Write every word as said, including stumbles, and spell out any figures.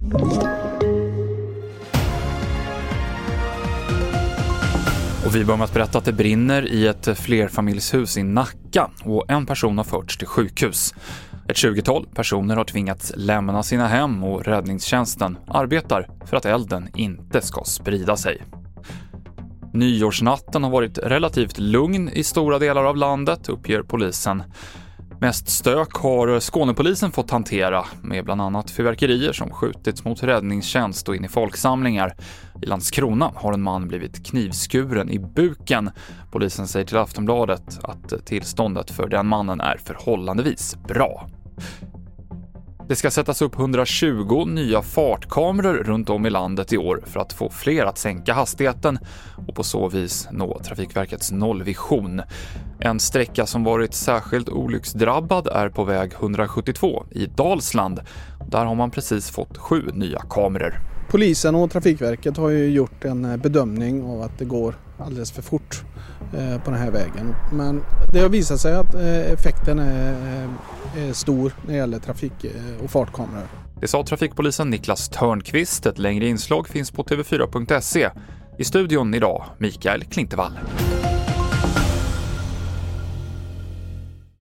Och vi börjar med att berätta att det brinner i ett flerfamiljshus i Nacka och en person har förts till sjukhus. Ett tjugotal personer har tvingats lämna sina hem och räddningstjänsten arbetar för att elden inte ska sprida sig. Nyårsnatten har varit relativt lugn i stora delar av landet, uppger polisen. Mest stök har Skånepolisen fått hantera med bland annat fyrverkerier som skjutits mot räddningstjänst och in i folksamlingar. I Landskrona har en man blivit knivskuren i buken. Polisen säger till Aftonbladet att tillståndet för den mannen är förhållandevis bra. Det ska sättas upp hundratjugo nya fartkameror runt om i landet i år för att få fler att sänka hastigheten och på så vis nå Trafikverkets nollvision. En sträcka som varit särskilt olycksdrabbad är på väg hundrasjuttiotvå i Dalsland. Där har man precis fått sju nya kameror. Polisen och Trafikverket har ju gjort en bedömning av att det går alldeles för fort på den här vägen. Men det har visat sig att effekten är stor när det gäller trafik- och fartkameror. Det sa trafikpolisen Niklas Törnqvist. Ett längre inslag finns på t v fyra punkt se. I studion idag, Mikael Klintevall.